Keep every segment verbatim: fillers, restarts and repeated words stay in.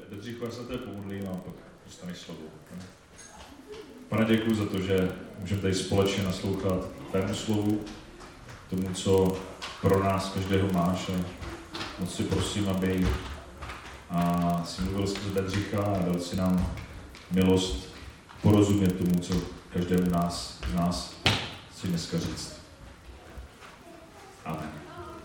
Bedřichu, já se té pomodlím a pak dostaneš slovo. Pane, děkuji za to, že můžeme tady společně naslouchat tvému slovu, tomu, co pro nás každého máš. A moc si prosím, aby a si mluvil skrze Bedřicha a dal si nám milost porozumět tomu, co každému nás, z nás chci dneska říct. Amen.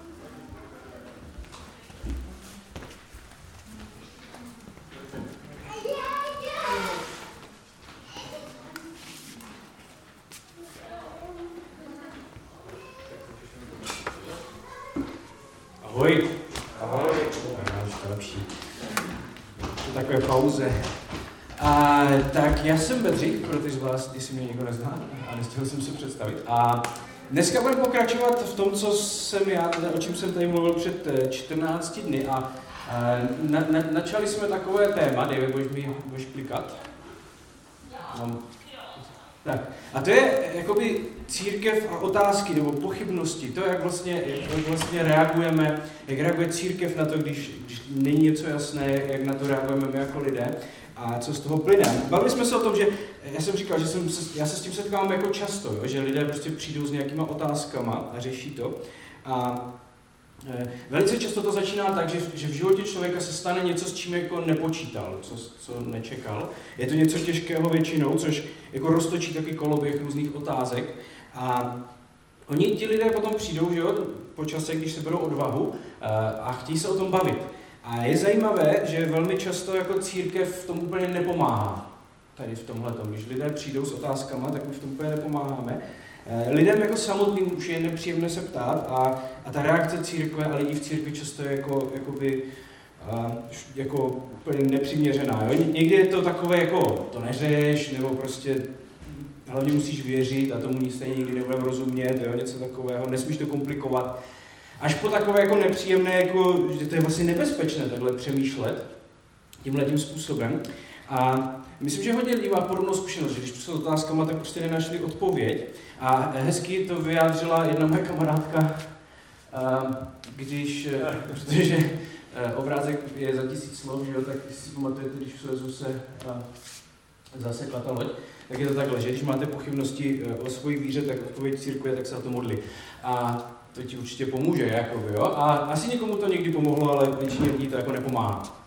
Ahoj. Ahoj. Už to lepší. To takové pauze. A, tak já jsem Bedřich, pro ty z vás, když si mě někdo nezná, a nestihl jsem se představit. A dneska budeme pokračovat v tom, co jsem já, o čem jsem tady mluvil před čtrnácti dny. A, a na, na, načali jsme takové téma, David, budeš mi budeš klikat? Mám. Tak. A to je jakoby církev a otázky nebo pochybnosti, to, jak vlastně, jak vlastně reagujeme, jak reaguje církev na to, když, když není něco jasné, jak na to reagujeme my jako lidé a co z toho plyne. Bavili jsme se o tom, že já jsem říkal, že jsem se, já se s tím setkávám jako často, jo, že lidé prostě přijdou s nějakýma otázkama a řeší to. A e, velice často to začíná tak, že, že v životě člověka se stane něco, s čím jako nepočítal, co, co nečekal. Je to něco těžkého většinou, což jako roztočí taky koloběh různých otázek. A oni, ti lidé potom přijdou, že jo, po čase, když se berou odvahu a chtějí se o tom bavit. A je zajímavé, že velmi často jako církev v tom úplně nepomáhá. Tady v tomhletom. Když lidé přijdou s otázkama, tak my v tom úplně nepomáháme. Lidem jako samotným už je nepříjemné se ptát a, a ta reakce církve a lidí v církvi často je jako, jakoby, a, jako úplně nepřiměřená. Jo? Někdy je to takové jako, to neřeš, nebo prostě hlavně musíš věřit a tomu nic stejně nikdy nebudeme rozumět, jo? Něco takového, nesmíš to komplikovat. Až po takové jako nepříjemné, jako, že to je vlastně nebezpečné takhle přemýšlet tímhletím způsobem. A myslím, že hodně lidí má podobnou zkušenost, že když přišel s otázkama, tak prostě nenašli odpověď. A hezky to vyjádřila jedna moje kamarádka, když, protože obrázek je za tisíc slov, že jo, tak si pamatujete, když v Suezu se zasekla ta loď, tak je to takhle, že když máte pochybnosti o svojí víře, tak odpověď církve, tak se na to modlí. A to ti určitě pomůže, jakoby, jo. A asi někomu to někdy pomohlo, ale většině lidí to jako nepomáhá.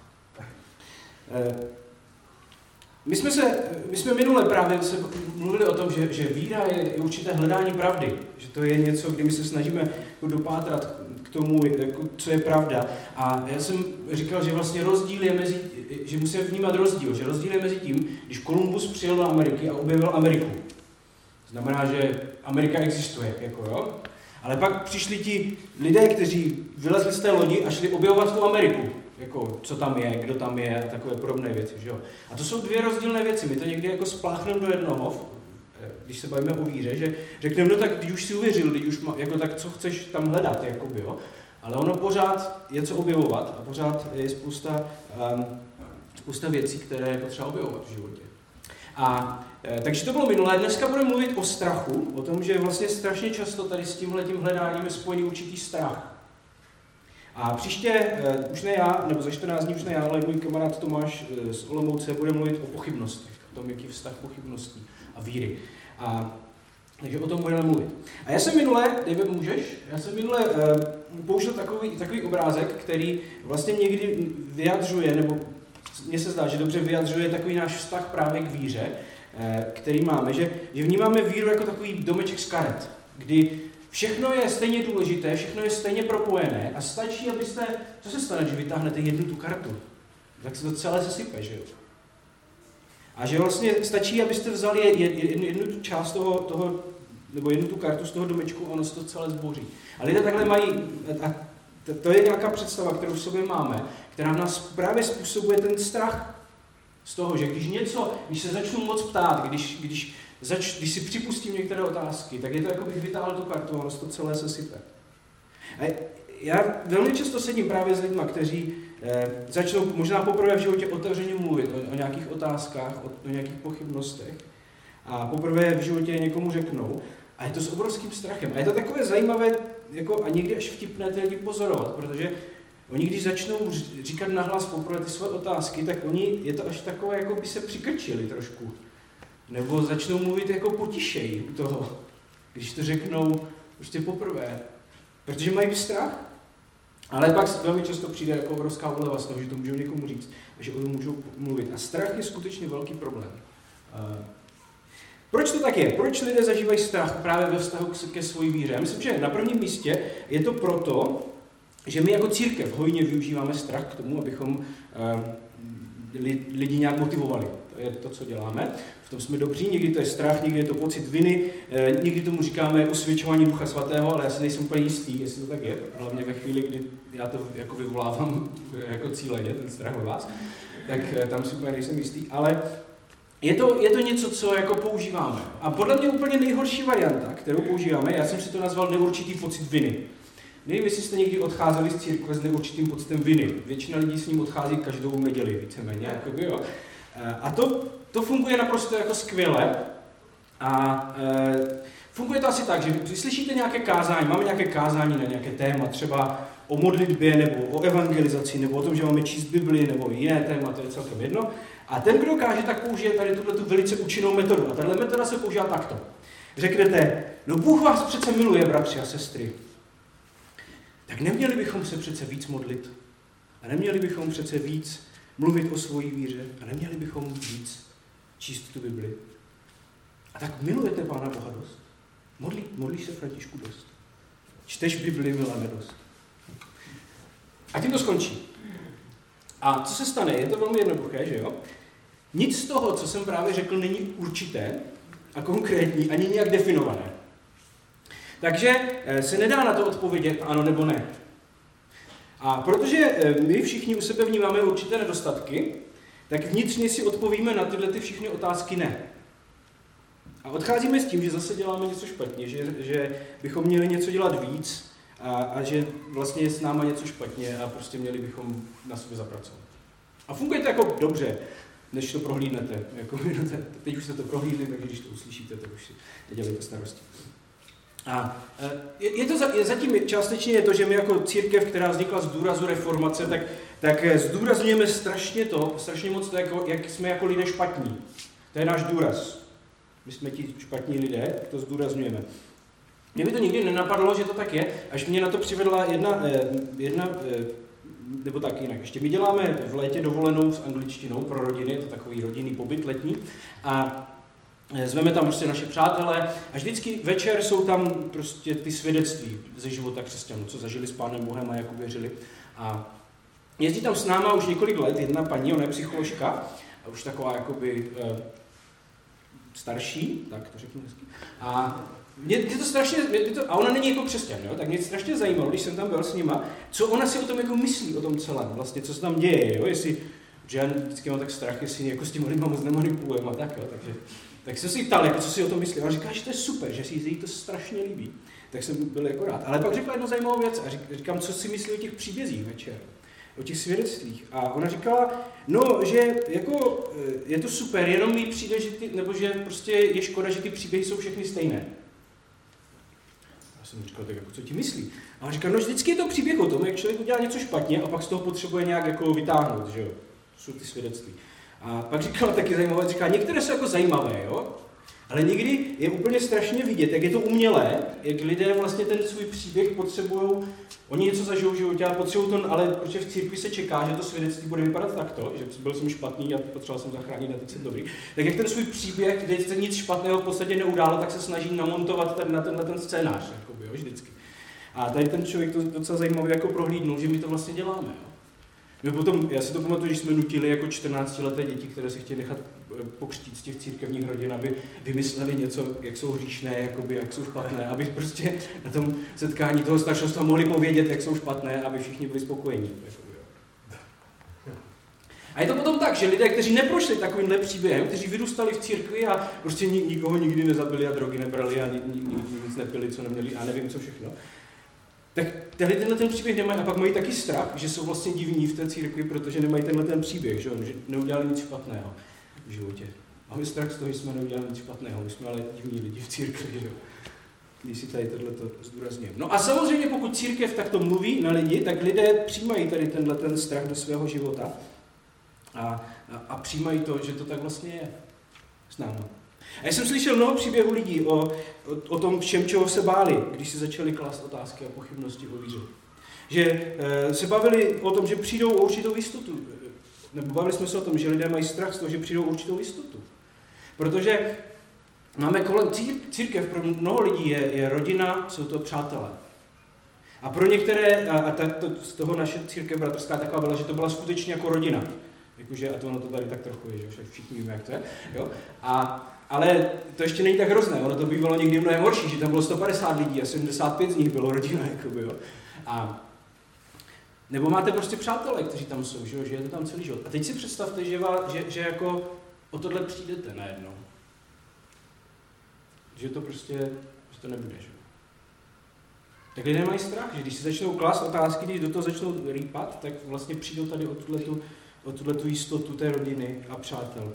My jsme, se, my jsme minule právě se mluvili o tom, že, že víra je určité hledání pravdy, že to je něco, kdy my se snažíme jako dopátrat k tomu, jako, co je pravda. A já jsem říkal, že vlastně rozdíl je mezi, že musíme vnímat rozdíl, že rozdíl je mezi tím, když Kolumbus přijel do Ameriky a objevil Ameriku. To znamená, že Amerika existuje, jako jo. Ale pak přišli ti lidé, kteří vylezli z té lodi a šli objevovat tu Ameriku. Jako, co tam je, kdo tam je a takové podobné věci, že jo. A to jsou dvě rozdílné věci. My to někdy jako spláchneme do jednoho, když se bavíme o víře, že řekneme, no tak když už si uvěřil, když už má, jako tak co chceš tam hledat, jakoby, jo. Ale ono pořád je co objevovat a pořád je spousta, um, spousta věcí, které je potřeba objevovat v životě. A e, takže to bylo minulé. Dneska budeme mluvit o strachu, o tom, že vlastně strašně často tady s tímhletím hledáním je spojený určitý strach. A příště, e, už ne já, nebo za čtrnáct dní už ne já, ale můj kamarád Tomáš e, z Olomouce bude mluvit o pochybnostech, o tom, jaký je vztah pochybností a víry. A, takže o tom budeme mluvit. A já jsem minule, David, můžeš? Já jsem minule e, použil takový, takový obrázek, který vlastně někdy vyjadřuje, nebo mně se zdá, že dobře vyjadřuje takový náš vztah právě k víře, e, který máme, že, že vnímáme víru jako takový domeček z karet, kdy všechno je stejně důležité, všechno je stejně propojené a stačí, abyste, co se stane, že vytáhnete jednu tu kartu, tak se to celé sesype, že jo? A že vlastně stačí, abyste vzali jednu, jednu tu část toho, toho, nebo jednu tu kartu z toho domečku a ono se to celé zboří. A lidé takhle mají, a to je nějaká představa, kterou v sobě máme, která v nás právě způsobuje ten strach z toho, že když něco, když se začnu moc ptát, když, když, zač, když si připustím některé otázky, tak je to jako bych vytáhl tu kartu a ono se to celé sesype. A já velmi často sedím právě s lidmi, kteří eh, začnou možná poprvé v životě otevřeně mluvit o, o nějakých otázkách, o, o nějakých pochybnostech a poprvé v životě někomu řeknou a je to s obrovským strachem. A je to takové zajímavé jako, a někdy až vtipné ty lidi pozorovat, protože Oni když začnou říkat nahlas poprvé ty své otázky, tak oni, je to až takové, jako by se přikrčili trošku. Nebo začnou mluvit jako potišeji u toho, když to řeknou prostě poprvé. Protože mají strach. Ale pak velmi často přijde jako obrovská úleva z toho, že to můžou někomu říct, že o tom můžou mluvit. A strach je skutečně velký problém. Proč to tak je? Proč lidé zažívají strach právě ve vztahu ke své víře? Já myslím, že na prvním místě je to proto, že my jako církev hojně využíváme strach k tomu, abychom lidi nějak motivovali. To je to, co děláme. V tom jsme dobří, někdy to je strach, někdy je to pocit viny, někdy tomu říkáme usvědčování Ducha Svatého, ale já si nejsem úplně jistý, jestli to tak je. Hlavně ve chvíli, kdy já to jako vyvolávám jako cíleně, ten strach o vás, tak tam si úplně nejsem jistý. Ale je to, je to něco, co jako používáme. A podle mě úplně nejhorší varianta, kterou používáme, já jsem si to nazval neurčitý pocit viny. Nevím, jestli jste někdy odcházeli z církve s neurčitým pocitem viny. Většina lidí s ním odchází každou neděli, víceméně. Jakoby, jo. A to, to funguje naprosto jako skvěle. A e, funguje to asi tak, že když slyšíte nějaké kázání, máme nějaké kázání na nějaké téma, třeba o modlitbě, nebo o evangelizaci, nebo o tom, že máme číst Bibli, nebo jiné téma, to je celkem jedno. A ten, kdo káže, tak použije tady tuto velice účinnou metodu. A tahle metoda se používá takto. Řeknete, no Bůh vás přece miluje, bratři a sestry. Tak neměli bychom se přece víc modlit. A neměli bychom přece víc mluvit o svojí víře. A neměli bychom víc číst tu Bibli. A tak milujete Pána Boha dost. Modlí, modlíš se, Františku, dost. Čteš Bibli, Milane, dost. A tím to skončí. A co se stane? Je to velmi jednoduché, že jo? Nic z toho, co jsem právě řekl, není určité a konkrétní, ani nějak definované. Takže se nedá na to odpovědět ano nebo ne. A protože my všichni u sebe vnímáme určité nedostatky, tak vnitřně si odpovíme na tyhle ty všechny otázky ne. A odcházíme s tím, že zase děláme něco špatně, že, že bychom měli něco dělat víc a, a že vlastně je s náma něco špatně a prostě měli bychom na sobě zapracovat. A funguje to jako dobře, než to prohlídnete. Jako, teď už jste to prohlídli, takže když to uslyšíte, tak už si nedělejte starosti. A je, je to je zatím částečně je to, že my jako církev, která vznikla z důrazu reformace, tak, tak zdůrazňujeme strašně to, strašně moc to, jako, jak jsme jako lidé špatní. To je náš důraz. My jsme ti špatní lidé, to zdůrazňujeme. Mě by to nikdy nenapadlo, že to tak je, až mě na to přivedla jedna, jedna nebo tak jinak. Ještě my děláme v létě dovolenou s angličtinou pro rodiny, je to takový rodinný pobyt letní. A zveme tam prostě naše přátelé a vždycky večer jsou tam prostě ty svědectví ze života křesťanů, co zažili s Pánem Bohem a jak uvěřili. A jezdí tam s náma už několik let jedna paní, ona je psycholožka a už taková jakoby e, starší, tak to řeknu hezky. A mě, mě to strašně, mě to, a ona není jako křesťan, jo? Tak mě strašně zajímalo, když jsem tam byl s nima, co ona si o tom jako myslí, o tom celém, vlastně, co se tam děje, jo? Jestli, že já vždycky mám tak strach, jestli jako s těmi lidma moc nemanipulujeme a tak, jo? Takže tak jsem si ptal, jako, co si o tom myslí. A on říká, že to je super, že si jí to strašně líbí. Tak jsem byl jako rád. Ale pak řekla jednu zajímavou věc a říkám, co si myslí o těch příbězích večer, o těch svědectvích. A ona říkala, no, že jako je to super, jenom mi přijde, že ty, nebo že prostě je škoda, že ty příběhy jsou všechny stejné. Já jsem říkal, tak jako, co ti myslí? A on říkal, no, vždycky je to příběh o tom, jak člověk udělá něco špatně a pak z toho potřebuje nějak jako vytáhnout, že jo? To jsou ty svědectví. A pak říkala taky zajímavé, říká, některé jsou jako zajímavé, jo? Ale někdy je úplně strašně vidět, jak je to umělé, jak lidé vlastně ten svůj příběh potřebují, oni něco zažijou v životě a potřebují to, ale protože v církvi se čeká, že to svědectví bude vypadat takto, že byl jsem špatný a potřeboval jsem zachránit a teď jsem dobrý. Tak jak ten svůj příběh, kde se nic špatného v podstatě neudálo, tak se snaží namontovat ten, na, ten, na ten scénář, jakoby, jo, vždycky. A tady ten člověk to docela zajímavě jako prohlídnul, že my to vlastně děláme, jo. My potom, já si to pamatuju, když jsme nutili jako čtrnáctileté děti, které si chtěli nechat pokřtít z těch církevních rodin, aby vymysleli něco, jak jsou hříšné, jakoby, jak jsou špatné, aby prostě na tom setkání toho staršostva mohli povědět, jak jsou špatné, aby všichni byli spokojení. A je to potom tak, že lidé, kteří neprošli takovýmhle příběhem, kteří vyrůstali v církvi a prostě nikoho nikdy nezabili a drogy nebrali a nic nepili, co neměli a nevím co všechno, tak tenhle tenhle ten příběh nemají a pak mají taky strach, že jsou vlastně divní v té církvi, protože nemají tenhle ten příběh, že, že neudělali nic špatného v životě. Máme strach z toho, že jsme neudělali nic špatného, my jsme ale divní lidi v církvi. Že? když si tady tohleto zdůrazňujeme. No a samozřejmě, pokud církev takto mluví na lidi, tak lidé přijímají tady tenhle ten strach do svého života a, a, a přijímají to, že to tak vlastně je s námi. A já jsem slyšel mnoho příběhů lidí o, o, o tom, všem, čeho se báli, když si začali klást otázky a pochybnosti o víře. Že e, se bavili o tom, že přijdou o určitou jistotu. Nebo bavili jsme se o tom, že lidé mají strach z toho, že přijdou o určitou jistotu. Protože máme kolem církev, pro mnoho lidí je, je rodina, jsou to přátelé. A pro některé, a, a to, z toho naše církev bratrská taková byla, že to byla skutečně jako rodina. Jakože, a to ono to tady tak trochu je, že všichni víme, jak to je. Jo? A, ale to ještě není tak hrozné, ono to bývalo někdy mnohem horší, že tam bylo sto padesát lidí a sedmdesát pět z nich bylo rodina. Jakoby, jo? A nebo máte prostě přátelé, kteří tam jsou, že žijete tam celý život. A teď si představte, že, vás, že, že jako o tohle přijdete najednou. Že to prostě, že to nebude, že? Tak lidé mají strach, že když si začnou klást otázky, když do toho začnou rýpat, tak vlastně přijdou tady o tuhletu, o tuhletu jistotu té rodiny a přátel.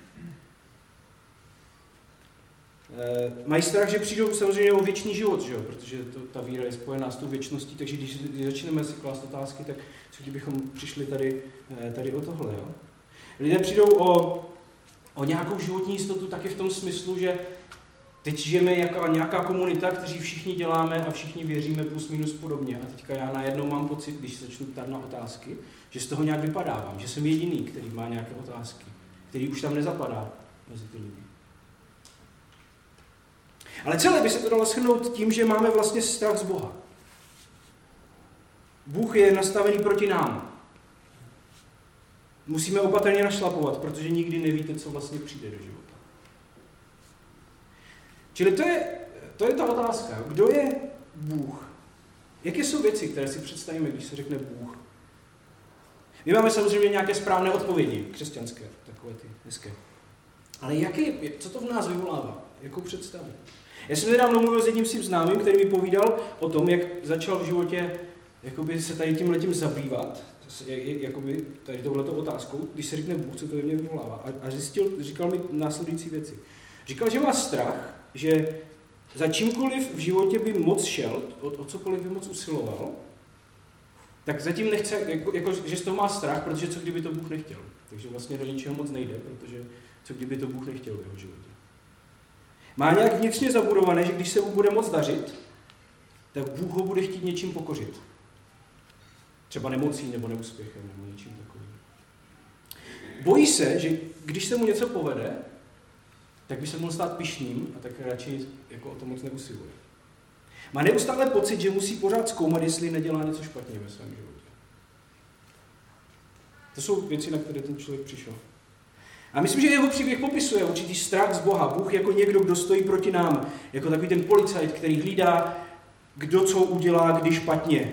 E, mají strach, že přijdou samozřejmě o věčný život, že jo? Protože to, ta víra je spojená s tou věčností, takže když, když začneme si klást otázky, tak co kdybychom přišli tady, tady o tohle, jo? Lidé přijdou o, o nějakou životní jistotu taky v tom smyslu, že teď žijeme jako nějaká komunita, kteří všichni děláme a všichni věříme plus minus podobně. A teďka já najednou mám pocit, když se začnu ptát na otázky, že z toho nějak vypadávám, že jsem jediný, který má nějaké otázky, který už tam nezapadá mezi ty lidi. Ale celé by se to dalo shrnout tím, že máme vlastně strach z Boha. Bůh je nastavený proti nám. Musíme opatrně našlapovat, protože nikdy nevíte, co vlastně přijde do života. Čili to je, to je ta otázka. Kdo je Bůh? Jaké jsou věci, které si představíme, když se řekne Bůh? My máme samozřejmě nějaké správné odpovědi, křesťanské, takové ty hezké. Ale jaký, co to v nás vyvolává? Jakou představu? Já jsem nedávno mluvil s jedním svým známým, který mi povídal o tom, jak začal v životě jakoby se tady tímhletím zabývat, jakoby tady touhletou otázkou, když se řekne Bůh, co to ve mně vyvolává. A, a zjistil, říkal mi následující věci. Říkal, že má strach, že za čímkoliv v životě by moc šel, o, o cokoliv by moc usiloval, tak zatím nechce, jako, jako, že z toho má strach, protože co kdyby to Bůh nechtěl. Takže vlastně do ničeho moc nejde, protože co kdyby to Bůh nechtěl v jeho životě. Má nějak vnitřně zabudované, že když se mu bude moc dařit, tak Bůh ho bude chtít něčím pokořit. Třeba nemocí nebo neúspěchem nebo něčím takovým. Bojí se, že když se mu něco povede, tak by se mohl stát pyšným a tak radši jako o to moc neusiluje. Má neustále pocit, že musí pořád zkoumat, jestli nedělá něco špatně ve svém životě. To jsou věci, na které ten člověk přišel. A myslím, že jeho příběh popisuje určitý strach z Boha. Bůh jako někdo, kdo stojí proti nám. Jako takový ten policajt, který hlídá, kdo co udělá, kdy špatně.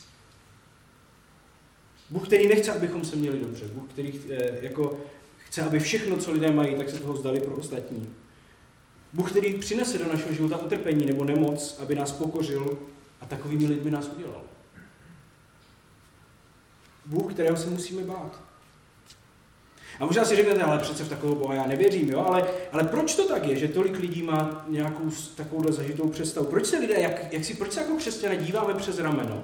Bůh, který nechce, abychom se měli dobře. Bůh, který jako chce, aby všechno, co lidé mají, tak se toho vzdali pro ostatní. Bůh, který přinese do našeho života utrpení nebo nemoc, aby nás pokořil a takovými lidmi nás udělal. Bůh, kterého se musíme bát. A možná si řeknete, ale přece v takového Boha já nevěřím, jo? Ale, ale proč to tak je, že tolik lidí má nějakou takovou zažitou představu? Proč se lidé, jak, jak si, proč se jako křesťané díváme přes rameno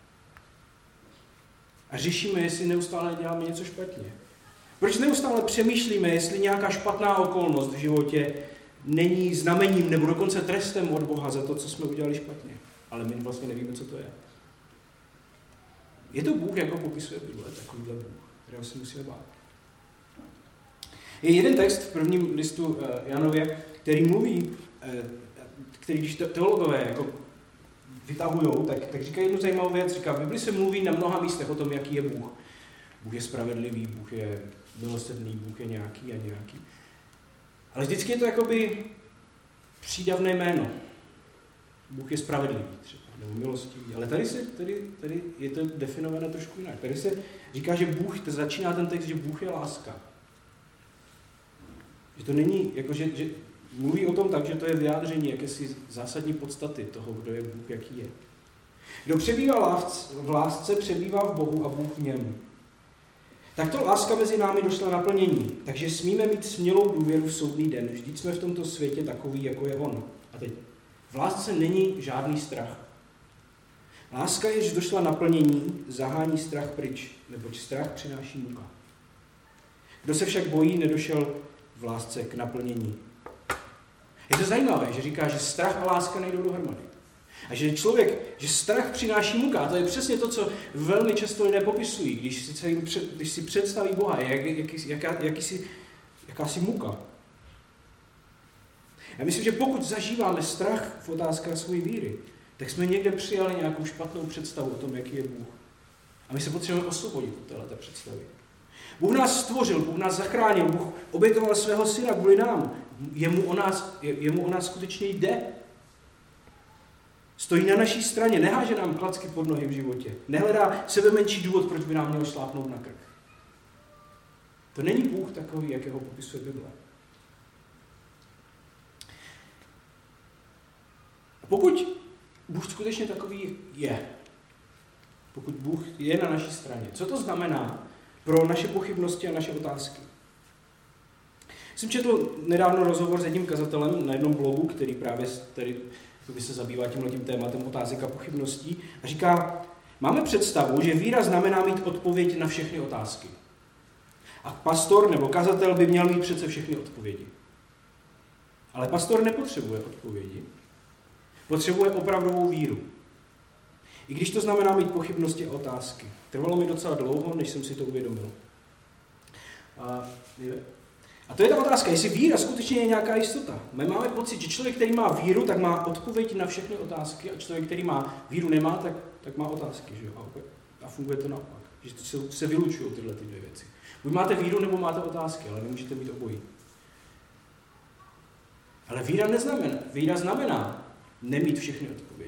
a řešíme, jestli neustále děláme něco špatně? Proč neustále přemýšlíme, jestli nějaká špatná okolnost v životě není znamením nebo dokonce trestem od Boha za to, co jsme udělali špatně? Ale my vlastně nevíme, co to je. Je to Bůh, jako popisuje Bible, takovýhle Bůh, kterého se musíme bát. Je jeden text v prvním listu Janově, který mluví, který když teologové jako vytahujou, tak, tak říká jednu zajímavou věc. Říká, v Bibli se mluví na mnoha místech o tom, jaký je Bůh. Bůh je spravedlivý, Bůh je milosrdný, Bůh je nějaký a nějaký. Ale vždycky je to jakoby přídavné jméno. Bůh je spravedlivý třeba, nebo milostivý. Ale tady, se, tady, tady je to definované trošku jinak. Tady se říká, že Bůh, to začíná ten text, že Bůh je láska. Že to není, jako že, že mluví o tom tak, že to je vyjádření jakési zásadní podstaty toho, kdo je Bůh, jaký je. Kdo přebývá v lásce, přebývá v Bohu a Bůh v něm. Takto láska mezi námi došla naplnění, takže smíme mít smělou důvěru v soudný den. Vždyť jsme v tomto světě takový, jako je on. A teď. V lásce není žádný strach. Láska, jež došla naplnění, zahání strach pryč, neboť strach přináší muka. Kdo se však bojí, nedošel v lásce k naplnění. Je to zajímavé, že říká, že strach a láska nejdou dohromady. A že člověk, že strach přináší muka. A to je přesně to, co velmi často lidé popisují, když si, jim před, když si představí Boha, jak, jaký, jaká, jakýsi, jakási muka. Já myslím, že pokud zažíváme strach v otázkách své víry, tak jsme někde přijali nějakou špatnou představu o tom, jaký je Bůh. A my se potřebujeme osvobodit od této představy. Bůh nás stvořil, Bůh nás zachránil, Bůh obětoval svého syna kvůli nám. Jemu o nás, jemu o nás skutečně jde. Stojí na naší straně, neháže nám klacky pod nohy v životě. Nehledá sebe menší důvod, proč by nám měl šlápnout na krk. To není Bůh takový, jakého popisuje Bible. A pokud Bůh skutečně takový je, pokud Bůh je na naší straně, co to znamená pro naše pochybnosti a naše otázky? Jsem četl nedávno rozhovor s jedním kazatelem na jednom blogu, který právě tady se zabývá tímhletím tématem otázek a pochybností a říká, máme představu, že víra znamená mít odpověď na všechny otázky. A pastor nebo kazatel by měl mít přece všechny odpovědi. Ale pastor nepotřebuje odpovědi. Potřebuje opravdovou víru. I když to znamená mít pochybnosti a otázky. Trvalo mi docela dlouho, než jsem si to uvědomil. A, a to je ta otázka, jestli víra skutečně je nějaká jistota. My máme pocit, že člověk, který má víru, tak má odpověď na všechny otázky a člověk, který má víru nemá, tak, tak má otázky. Že? A funguje to naopak. Že se, se vylučují tyhle ty dvě věci. Buď máte víru, nebo máte otázky, ale nemůžete mít obojí. Ale víra neznamená. Víra znamená nemít všechny odpovědi.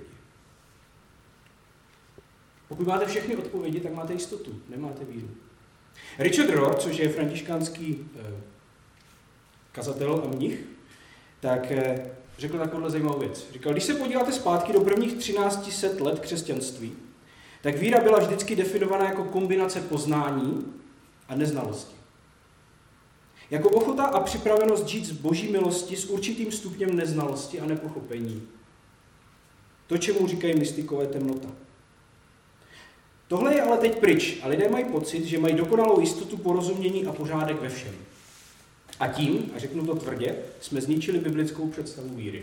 Pokud máte všechny odpovědi, tak máte jistotu, nemáte víru. Richard Rohr, což je františkánský eh, kazatel a mnich, tak eh, řekl takovou zajímavou věc. Říkal, když se podíváte zpátky do prvních třináct set let křesťanství, tak víra byla vždycky definovaná jako kombinace poznání a neznalosti. Jako ochota a připravenost žít z boží milosti s určitým stupněm neznalosti a nepochopení. To, čemu říkají mystikové temnota. Tohle je ale teď pryč a lidé mají pocit, že mají dokonalou jistotu porozumění a pořádek ve všem. A tím, a řeknu to tvrdě, jsme zničili biblickou představu víry.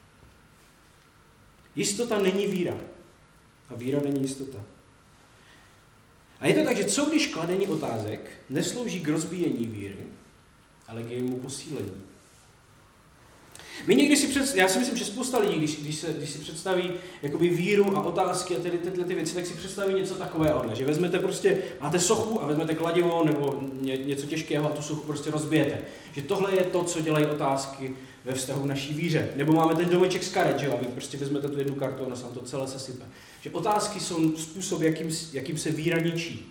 Jistota není víra. A víra není jistota. A je to tak, že co když kladení otázek neslouží k rozbíjení víry, ale k jejímu posílení. My někdy si představí, já si myslím, že spousta lidí, když, když, se, když si představí jakoby víru a otázky a tyhle, tyhle ty věci, tak si představí něco takového, že vezmete prostě, máte sochu a vezmete kladivo nebo ně, něco těžkého a tu sochu prostě rozbijete. Že tohle je to, co dělají otázky ve vztahu k naší víře. Nebo máme ten domeček z karet, že a vy prostě vezmete tu jednu kartu a ono se vám to celé sesype. Že otázky jsou způsob, jakým, jakým se víra ničí.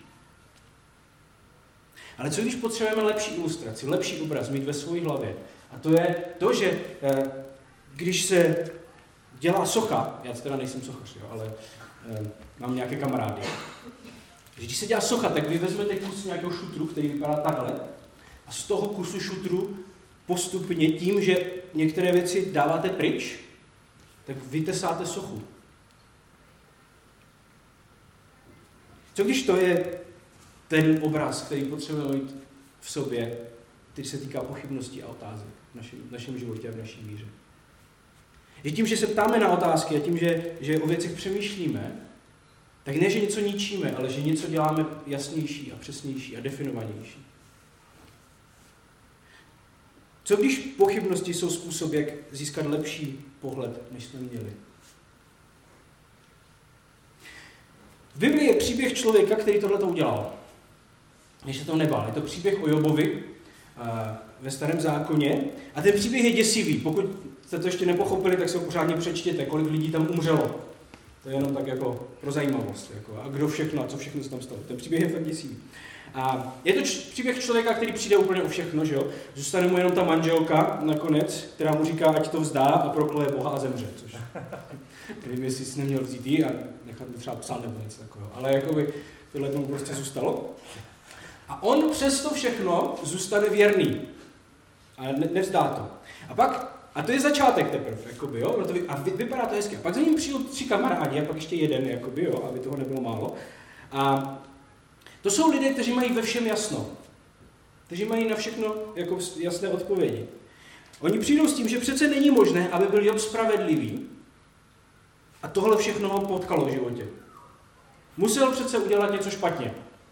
Ale co když potřebujeme lepší ilustraci, lepší obraz mít ve své hlavě? A to je to, že když se dělá socha, já teda nejsem sochař, jo, ale mám nějaké kamarády, že když se dělá socha, tak vy vezmete kus nějakého šutru, který vypadá takhle, a z toho kusu šutru postupně tím, že některé věci dáváte pryč, tak vytesáte sochu. Co když to je ten obraz, který potřebujeme mít v sobě, který se týká pochybností a otázek v našem, v našem životě a v naší víře. Je tím, že se ptáme na otázky a tím, že, že o věcech přemýšlíme, tak ne, že něco ničíme, ale že něco děláme jasnější a přesnější a definovanější. Co když pochybnosti jsou způsob, jak získat lepší pohled, než jsme měli? V Biblii je příběh člověka, který tohleto udělal. Než se to nebál. Je to příběh o Jobovi ve Starém zákoně. A ten příběh je děsivý. Pokud jste to ještě nepochopili, tak se ho pořádně přečtěte, kolik lidí tam umřelo. To je jenom tak jako pro zajímavost. Jako, a kdo všechno, a co všechno se tam stalo. Ten příběh je fakt děsivý. A je to č- příběh člověka, který přijde úplně o všechno, že jo? Zůstane mu jenom ta manželka nakonec, která mu říká, ať to vzdá a prokleje Boha a zemře. Což nevím, jestli jsi neměl vzít jí a nechat mu třeba psa nebo něco takového. Ale jakoby tohle tomu prostě zůstalo. A on přes to všechno zůstane věrný. A ne- nevzdá to. A pak A to je začátek teprve, jakoby, jo? A vypadá to hezky. A pak za ním přijdou tři kamarádi a pak ještě jeden, jakoby, jo? Aby toho nebylo málo. A to jsou lidé, kteří mají ve všem jasno. Kteří mají na všechno jako jasné odpovědi. Oni přijdou s tím, že přece není možné, aby byl Job spravedlivý a tohle všechno ho potkalo v životě. Musel přece udělat něco špatně.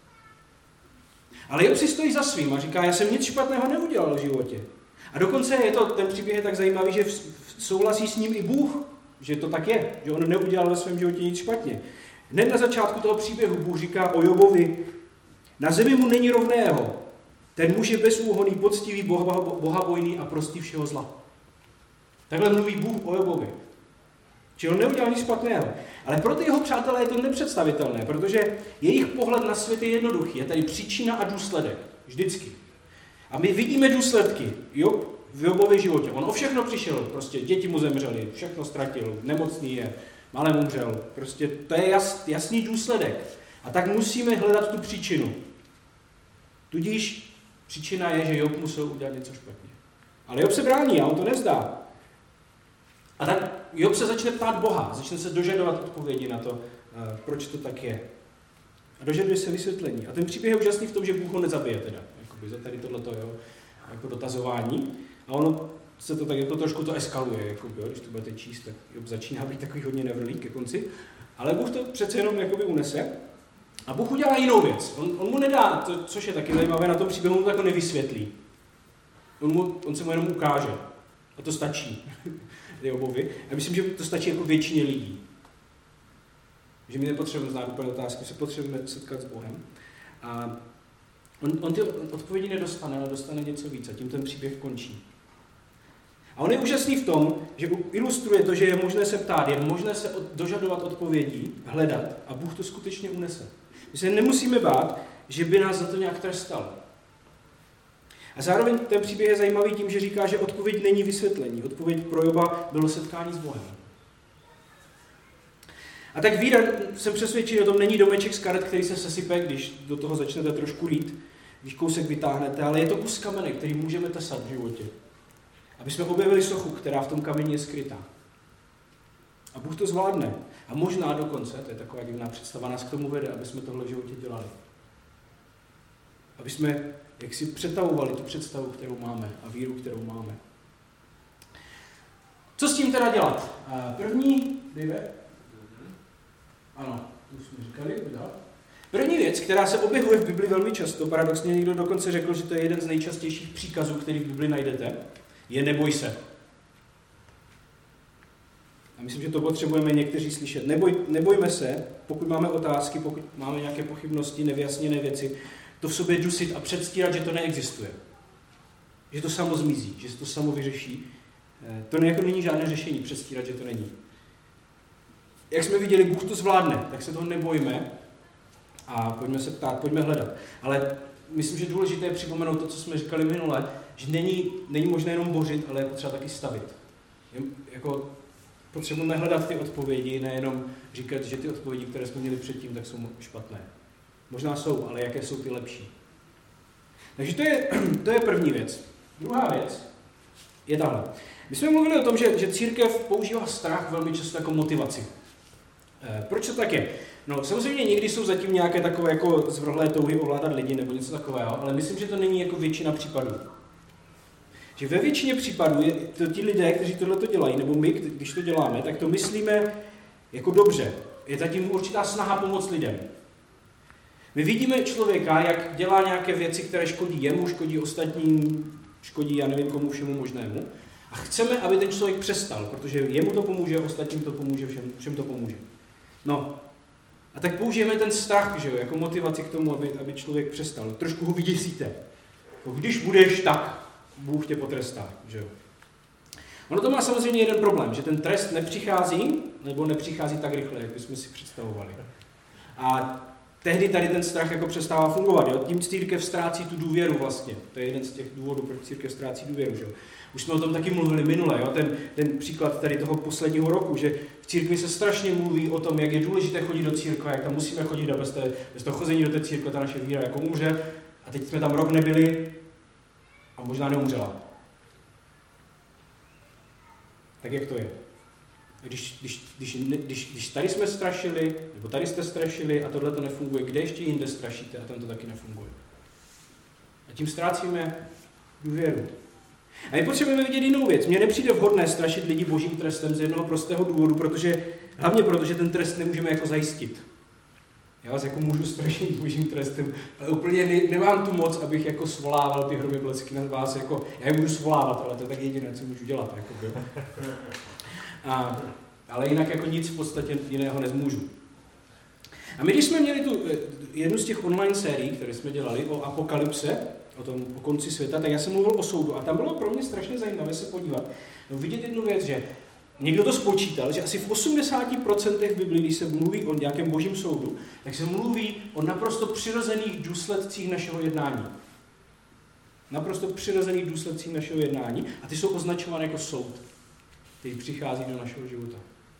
Ale Job si stojí za svým a říká, já jsem nic špatného neudělal v životě. A dokonce je to, ten příběh je tak zajímavý, že souhlasí s ním i Bůh, že to tak je, že on neudělal ve svém životě nic špatně. Hned na začátku toho příběhu Bůh říká o Jobovi, na zemi mu není rovného, ten muž je bezúhonný, poctivý, bohabojný a prostý všeho zla. Takhle mluví Bůh o Jobovi. Čiže on neudělal nic špatného. Ale pro ty jeho přátelé je to nepředstavitelné, protože jejich pohled na svět je jednoduchý. Je tady příčina a důsledek. Vždycky. A my vidíme důsledky Job, v Jobově životě. On o všechno přišel. Prostě děti mu zemřely, všechno ztratil, nemocný je, malé umřel. Prostě to je jas, jasný důsledek. A tak musíme hledat tu příčinu. Tudíž příčina je, že Job musel udělat něco špatně. Ale Job se brání a on to nezdá. A tak Job se začne ptát Boha, začne se dožadovat odpovědi na to, proč to tak je. A dožaduje se vysvětlení. A ten příběh je úžasný v tom, že Bůh ho nezabije teda. Jakoby za tady tohleto jo, jako dotazování. A ono se to tak jako trošku to eskaluje, jakoby, jo, když to budete číst, tak Job začíná být takový hodně nevrlý ke konci. Ale Bůh to přece jenom jakoby unese. A Bůh udělá jinou věc. On, on mu nedá, to, což je taky zajímavé, na tom příběhu mu to jako nevysvětlí. On, mu, on se mu jenom ukáže. A to stačí. Jobovi. A myslím, že to stačí jako většině lidí. Že my nepotřebujeme znát úplně otázky, se potřebujeme setkat s Bohem. A on, on ty odpovědi nedostane, ale dostane něco víc a tím ten příběh končí. A on je úžasný v tom, že ilustruje to, že je možné se ptát, je možné se dožadovat odpovědí, hledat a Bůh to skutečně unese. My se nemusíme bát, že by nás za to nějak trestal. A zároveň ten příběh je zajímavý tím, že říká, že odpověď není vysvětlení. Odpověď pro Joba bylo setkání s Bohem. A tak víra, jsem přesvědčený, o tom není domeček z karet, který se sesype, když do toho začnete trošku lít, když kousek vytáhnete, ale je to kus kamene, který můžeme tesat v životě. Aby jsme objevili sochu, která v tom kameni je skrytá. A Bůh to zvládne. A možná dokonce, to je taková divná představa, nás k tomu vede, aby jsme tohle v životě dělali. Aby jsme jak si přetavovali tu představu, kterou máme a víru, kterou máme. Co s tím teda dělat? První, Dave? Ano, to jsme říkali, dál. První věc, která se objevuje v Bibli velmi často, paradoxně někdo dokonce řekl, že to je jeden z nejčastějších příkazů, který v Bibli najdete, je neboj se. A myslím, že to potřebujeme někteří slyšet. Neboj, nebojme se, pokud máme otázky, pokud máme nějaké pochybnosti, nevyjasněné věci, to v sobě dusit a předstírat, že to neexistuje. Že to samo zmizí, že se to samo vyřeší. To ne, jako není žádné řešení, předstírat, že to není. Jak jsme viděli, Bůh to zvládne, tak se toho nebojme a pojďme se ptát, pojďme hledat. Ale myslím, že důležité je připomenout to, co jsme říkali minule, že není, není možné jenom bořit, ale je potřeba taky stavit. Je, jako potřebujeme hledat ty odpovědi, nejenom říkat, že ty odpovědi, které jsme měli předtím, tak jsou špatné. Možná jsou, ale jaké jsou ty lepší. Takže to je, to je první věc. Druhá věc je tahle. My jsme mluvili o tom, že, že církev používá strach velmi často jako motivaci. E, proč to tak je? No, samozřejmě někdy jsou zatím nějaké takové jako zvrhlé touhy ovládat lidi nebo něco takového, ale myslím, že to není jako většina případů. Že ve většině případů je to ti lidé, kteří tohle to dělají, nebo my, když to děláme, tak to myslíme jako dobře. Je zatím určitá snaha pomoct lidem. My vidíme člověka, jak dělá nějaké věci, které škodí jemu, škodí ostatním, škodí já nevím komu všemu možnému. A chceme, aby ten člověk přestal, protože jemu to pomůže, ostatním to pomůže, všem, všem to pomůže. No, a tak použijeme ten strach, že jo, jako motivaci k tomu, aby, aby člověk přestal. Trošku ho vyděsíte. Když budeš tak, Bůh tě potrestá, že jo. Ono to má samozřejmě jeden problém, že ten trest nepřichází, nebo nepřichází tak rychle, jak bychom si představovali. A tehdy tady ten strach jako přestává fungovat. Jo? Tím církev ztrácí tu důvěru vlastně. To je jeden z těch důvodů, proč církev ztrácí důvěru. Že? Už jsme o tom taky mluvili minule. Jo? Ten, ten příklad tady toho posledního roku, že v církvi se strašně mluví o tom, jak je důležité chodit do církve, jak tam musíme chodit a bez, té, bez toho chození do té církve ta naše víra jako umře. A teď jsme tam rok nebyli a možná neumřela. tak jak to je. Když, když, když, když, když tady jsme strašili, nebo tady jste strašili a tohle to nefunguje, kde ještě jinde strašíte a tam to taky nefunguje. A tím ztrácíme důvěru. A my potřebujeme vidět jinou věc. Mně nepřijde vhodné strašit lidi božím trestem z jednoho prostého důvodu, protože, hlavně proto, že ten trest nemůžeme jako zajistit. Já vás jako můžu strašit božím trestem, ale úplně ne, nemám tu moc, abych jako svolával ty hromy blecky na vás. Jako, já je můžu svolávat, ale to je tak jediné, co můžu dělat. Jako, a, ale jinak jako nic v podstatě jiného nezmůžu. A my, když jsme měli tu jednu z těch online sérií, které jsme dělali o apokalypse, o tom o konci světa, tak já jsem mluvil o soudu. A tam bylo pro mě strašně zajímavé se podívat, no, vidět jednu věc, že někdo to spočítal, že asi v osmdesáti procentech v Biblii, když se mluví o nějakém božím soudu, tak se mluví o naprosto přirozených důsledcích našeho jednání. Naprosto přirozených důsledcích našeho jednání a ty jsou označovány jako soud, který přichází do našeho života.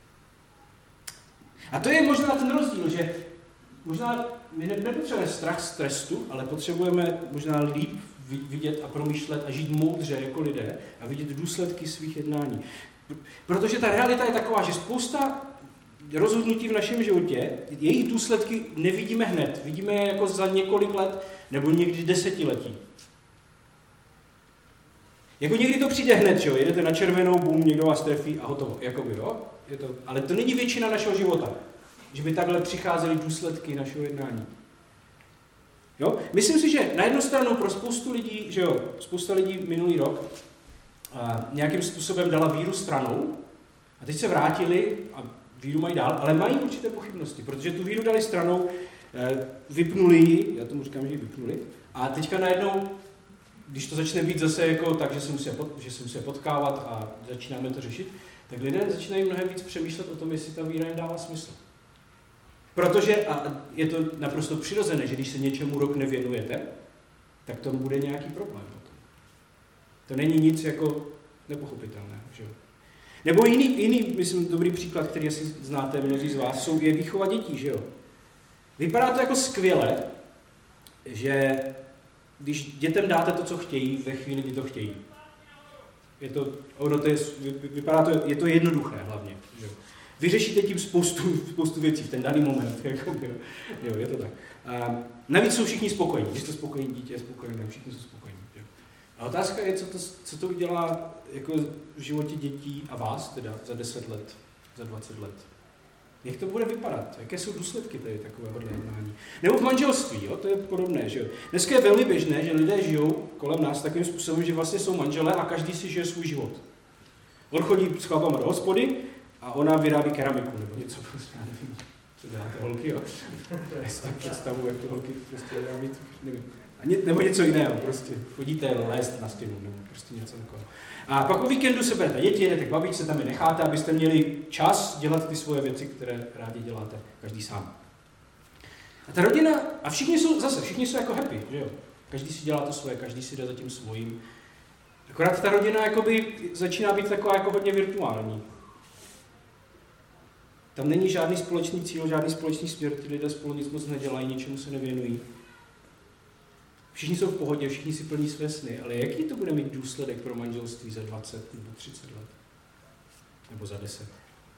A to je možná ten rozdíl, že možná my nepotřebujeme strach z trestu, ale potřebujeme možná líp vidět a promýšlet a žít moudře jako lidé a vidět důsledky svých jednání. Protože ta realita je taková, že spousta rozhodnutí v našem životě, jejich důsledky nevidíme hned. Vidíme je jako za několik let nebo někdy desetiletí. Jako někdy to přijde hned, že jo? Jedete na červenou, bum, někdo vás trefí a hotovo. Jakoby, jo? Je to, ale to není většina našeho života, že by takhle přicházely důsledky našeho jednání. Jo? Myslím si, že na jednu stranu pro spoustu lidí, že jo, spousta lidí minulý rok a nějakým způsobem dala víru stranou a teď se vrátili a víru mají dál, ale mají určité pochybnosti, protože tu víru dali stranou, vypnuli ji, já tomu říkám, že ji vypnuli, a teďka najednou, když to začne být zase jako tak, že se musí, pot, že se musí potkávat a začínáme to řešit, tak lidé začínají mnohem víc přemýšlet o tom, jestli ta víra jim dává smysl. Protože, a je to naprosto přirozené, že když se něčemu rok nevěnujete, tak to bude nějaký problém potom. To není nic jako nepochopitelného, že jo. Nebo jiný, jiný, myslím, dobrý příklad, který asi znáte mnozí z vás, jsou je výchova dětí, že jo. Vypadá to jako skvěle, že když dětem dáte to, co chtějí, ve chvíli, kdy to chtějí. Je to, ono to je, vypadá to, je to jednoduché hlavně, že jo. Vyřešíte tím spoustu, spoustu věcí v ten daný moment. Jako, jo, jo, je to tak. A navíc jsou všichni spokojení. Když to spokojení dítě je spokojené, všichni jsou spokojení. Jo. A otázka je, co to, co to udělá jako v životě dětí a vás teda za deset let, za dvacet let. Jak to bude vypadat? Jaké jsou důsledky tady takového jednání? Nebo v manželství, jo? To je podobné. Že jo? Dneska je velmi běžné, že lidé žijou kolem nás takovým způsobem, že vlastně jsou manželé a každý si žije svůj život. On chodí s chlapama do hospody, a ona vyrábí keramiku, nebo něco prostě, já nevím, co děláte holky, jo? Já si tak představu, jak to holky prostě vyrábí, nevím. A ně, nebo něco jiného, prostě chodíte lézt na stěnu, nebo prostě něco takového. A pak o víkendu se berete děti, jedete k babičce, tam je necháte, abyste měli čas dělat ty svoje věci, které rádi děláte, každý sám. A ta rodina, a všichni jsou, zase, všichni jsou jako happy, že jo? Každý si dělá to svoje, každý si jde za tím svojím. Akorát ta rodina jakoby začíná být taková jako hodně virtuální. Tam není žádný společný cíl, žádný společný směr, ty lidé spolu nic moc nedělají, ničemu se nevěnují. Všichni jsou v pohodě, všichni si plní své sny, ale jaký to bude mít důsledek pro manželství za dvacet nebo třicet let? Nebo za deset?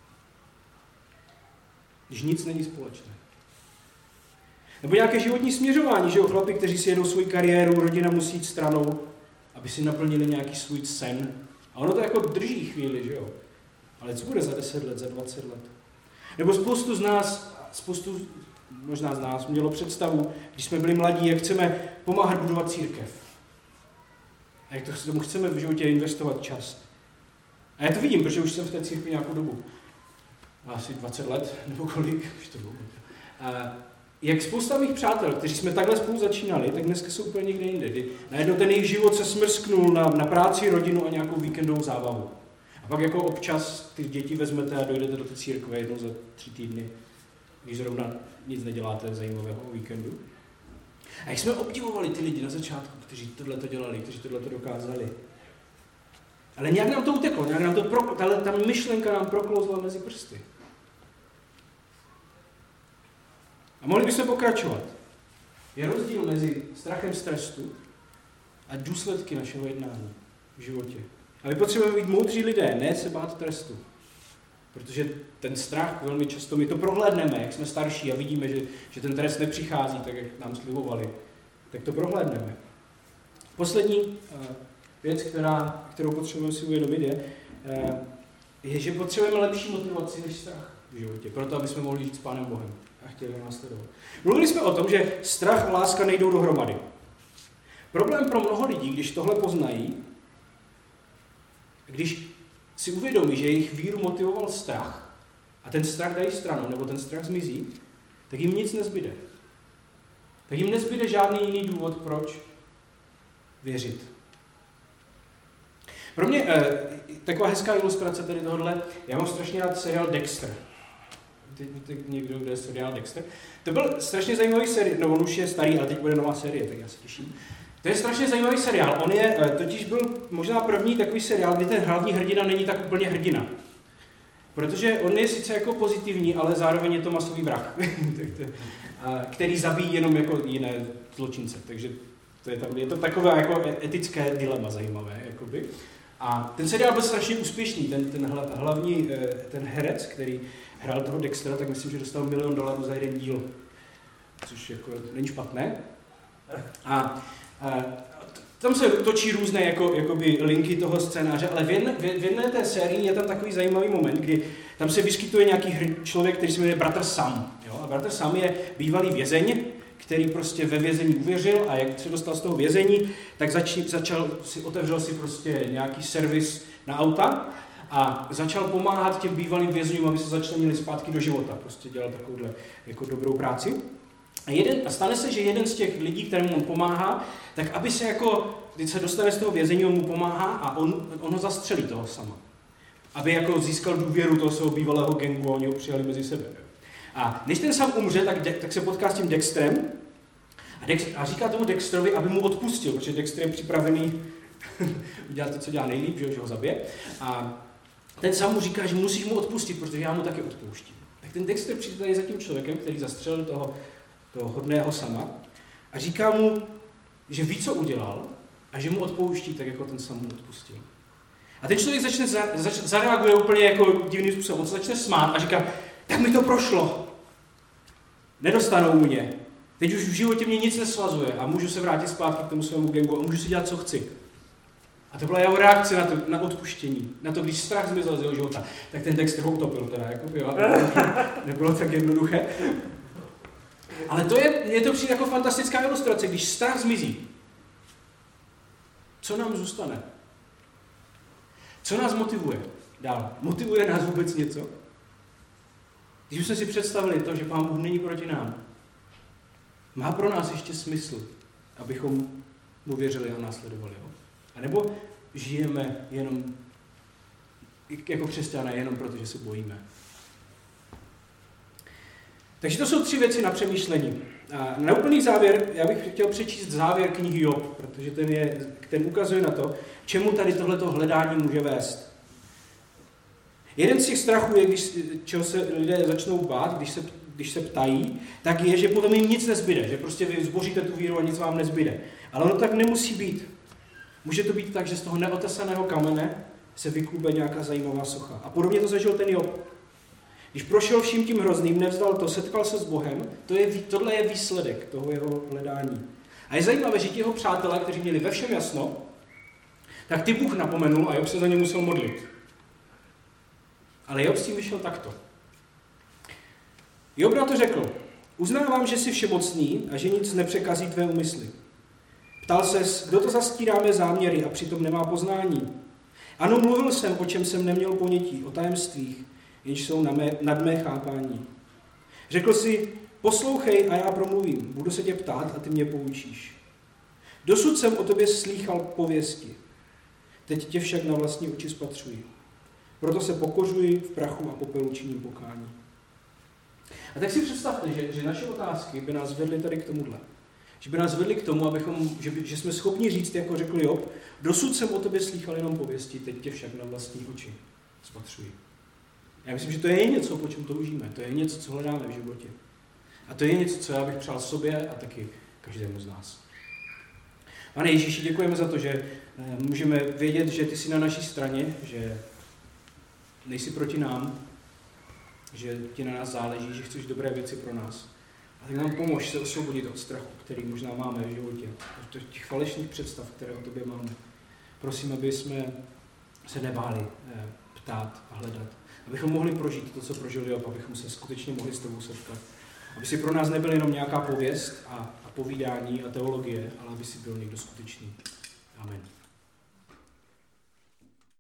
Když nic není společné. Nebo nějaké životní směřování, že jo, chlapi, kteří si jedou svou kariéru, rodina musí jít stranou, aby si naplnili nějaký svůj sen. A ono to jako drží chvíli, že jo. Ale co bude za deset let, za dvacet let? Nebo spoustu z nás, spoustu možná z nás mělo představu, když jsme byli mladí, jak chceme pomáhat budovat církev. A jak to, tomu chceme v životě investovat čas. A já to vidím, protože už jsem v té církvi nějakou dobu. Asi dvacet let, nebo kolik, už to bylo. A jak spousta mých přátel, kteří jsme takhle spolu začínali, tak dneska jsou úplně někde jinde. Kdy najednou ten jejich život se smrsknul na, na práci, rodinu a nějakou víkendovou zábavu. A pak jako občas ty děti vezmete a dojdete do té církve jednou za tři týdny, když zrovna nic neděláte zajímavého o víkendu. A jak jsme obdivovali ty lidi na začátku, kteří tohle to dělali, kteří tohle to dokázali. Ale nějak nám to uteklo, nějak nám to proklo, tahle, ta myšlenka nám proklouzla mezi prsty. A mohli bychom pokračovat. Je rozdíl mezi strachem z trestu a důsledky našeho jednání v životě. A my potřebujeme být moudří lidé, ne se bát trestu. Protože ten strach velmi často, my to prohlédneme, jak jsme starší a vidíme, že, že ten trest nepřichází tak, jak nám slibovali, tak to prohlédneme. Poslední uh, věc, která, kterou potřebujeme si uvědomit, je, uh, je, že potřebujeme lepší motivaci než strach v životě, proto aby jsme mohli žít s Pánem Bohem a chtěli ho následovat. Mluvili jsme o tom, že strach a láska nejdou dohromady. Problém pro mnoho lidí, když tohle poznají, když si uvědomí, že jejich víru motivoval strach a ten strach dají stranou, nebo ten strach zmizí, tak jim nic nezbyde. Tak jim nezbyde žádný jiný důvod, proč věřit. Pro mě eh, taková hezká ilustrace tady tohohle, já mám strašně rád seriál Dexter. Teď, teď někdo, kde je seriál Dexter. To byl strašně zajímavý seriál, no on už je starý, ale teď bude nová série, tak já se těším. To je strašně zajímavý seriál. On je, totiž byl možná první takový seriál, kdy ten hlavní hrdina není tak úplně hrdina. Protože on je sice jako pozitivní, ale zároveň je to masový vrah, který zabíjí jenom jako jiné zločince. Takže to je, tam, je to takové jako etické dilema zajímavé. Jakoby. A ten seriál byl strašně úspěšný. Ten, ten hlavní, ten herec, který hrál toho Dextera, tak myslím, že dostal milion dolarů za jeden díl. Což jako není špatné. A A tam se točí různé jako, jakoby linky toho scénáře, ale v jedné, v jedné té sérii je tam takový zajímavý moment, kdy tam se vyskytuje nějaký člověk, který se jmenuje bratr Sam. Jo? A bratr Sam je bývalý vězeň, který prostě ve vězení uvěřil a jak se dostal z toho vězení, tak zač, začal si, otevřel si prostě nějaký servis na auta a začal pomáhat těm bývalým vězňům, aby se začlenili zpátky do života. Prostě dělal takovouhle jako dobrou práci. A, jeden, a stane se, že jeden z těch lidí, kterému on pomáhá, tak aby se jako, když se dostane z toho vězení, on mu pomáhá a on, on ho zastřelí toho sama. Aby jako získal důvěru toho svého bývalého gangu a oni ho přijali mezi sebe. A než ten sám umře, tak, tak se potká s tím Dexterem a, Dex, a říká tomu Dexterovi, aby mu odpustil, protože Dexter je připravený udělat to, co dělá nejlíp, že ho zabije. A ten sám mu říká, že musíš mu odpustit, protože já mu taky odpouštím. Tak ten Dexter přijde tady za tím člověkem, který zastřelil toho toho hodného sama a říká mu, že ví, co udělal a že mu odpouští, tak jako ten sam mu odpustil. A ten člověk začne za, zač, zareaguje úplně jako divným způsobem. On se začne smát a říká, tak mi to prošlo. Nedostanou mě. Teď už v životě mě nic nesvazuje a můžu se vrátit zpátky k tomu svému gangu a můžu si dělat, co chci. A to byla jeho reakce na, to, na odpuštění, na to, když strach zmizel z jeho života. Tak ten text ho utopil teda, jako, jo, nebylo tak jednoduché. Ale to je, je to přijde jako fantastická ilustrace, když strach zmizí. Co nám zůstane? Co nás motivuje dál? Motivuje nás vůbec něco? Když jsme si představili to, že Pán Bůh není proti nám, má pro nás ještě smysl, abychom mu věřili a následovali ho? A nebo žijeme jenom jako křesťané, jenom proto, že se bojíme? Takže to jsou tři věci na přemýšlení. A na úplný závěr, já bych chtěl přečíst závěr knihy Job, protože ten, je, ten ukazuje na to, čemu tady tohleto hledání může vést. Jeden z těch strachů je, když, čeho se lidé začnou bát, když se, když se ptají, tak je, že potom jim nic nezbyde, že prostě vy zboříte tu víru a nic vám nezbyde. Ale ono tak nemusí být. Může to být tak, že z toho neotesaného kamene se vyklube nějaká zajímavá socha. A podobně to zažil ten Job. Když prošel vším tím hrozným, nevzdal to, setkal se s Bohem, to je, tohle je výsledek toho jeho hledání. A je zajímavé, že ti jeho přátelé, kteří měli ve všem jasno, tak ty Bůh napomenul a Job se za ně musel modlit. Ale Job s tím vyšel takto. Job na to řekl, uznávám, že jsi všemocný a že nic nepřekazí tvé úmysly. Ptal ses, kdo to zastírá mé záměry a přitom nemá poznání. Ano, mluvil jsem, o čem jsem neměl ponětí, o tajemstvích, jenž jsou na mé, nad mé chápání. Řekl si, poslouchej a já promluvím, budu se tě ptát a ty mě poučíš. Dosud jsem o tobě slýchal pověsti, teď tě však na vlastní oči spatřuji. Proto se pokořuji v prachu a popelu činím pokání. A tak si představte, že, že naše otázky by nás vedly tady k tomuhle. Že by nás vedly k tomu, abychom, že, by, že jsme schopni říct, jako řekl Job, dosud jsem o tobě slýchal jenom pověsti, teď tě však na vlastní oči spatřuji. Já myslím, že to je něco, po čem toužíme. To je něco, co hledáme v životě. A to je něco, co já bych přál sobě a taky každému z nás. Pane Ježíši, děkujeme za to, že, Můžeme vědět, že ty jsi na naší straně, že nejsi proti nám, že ti na nás záleží, že chceš dobré věci pro nás. A tak nám pomož se osvobodit od strachu, který možná máme v životě, od těch falešných představ, které o tobě máme. Prosím, aby jsme se nebáli ptát a hledat. Abychom mohli prožít to, co prožil Job, abychom se skutečně mohli s tebou setkat. Aby si pro nás nebyl jenom nějaká pověst a, a povídání a teologie, ale aby si byl někdo skutečný. Amen.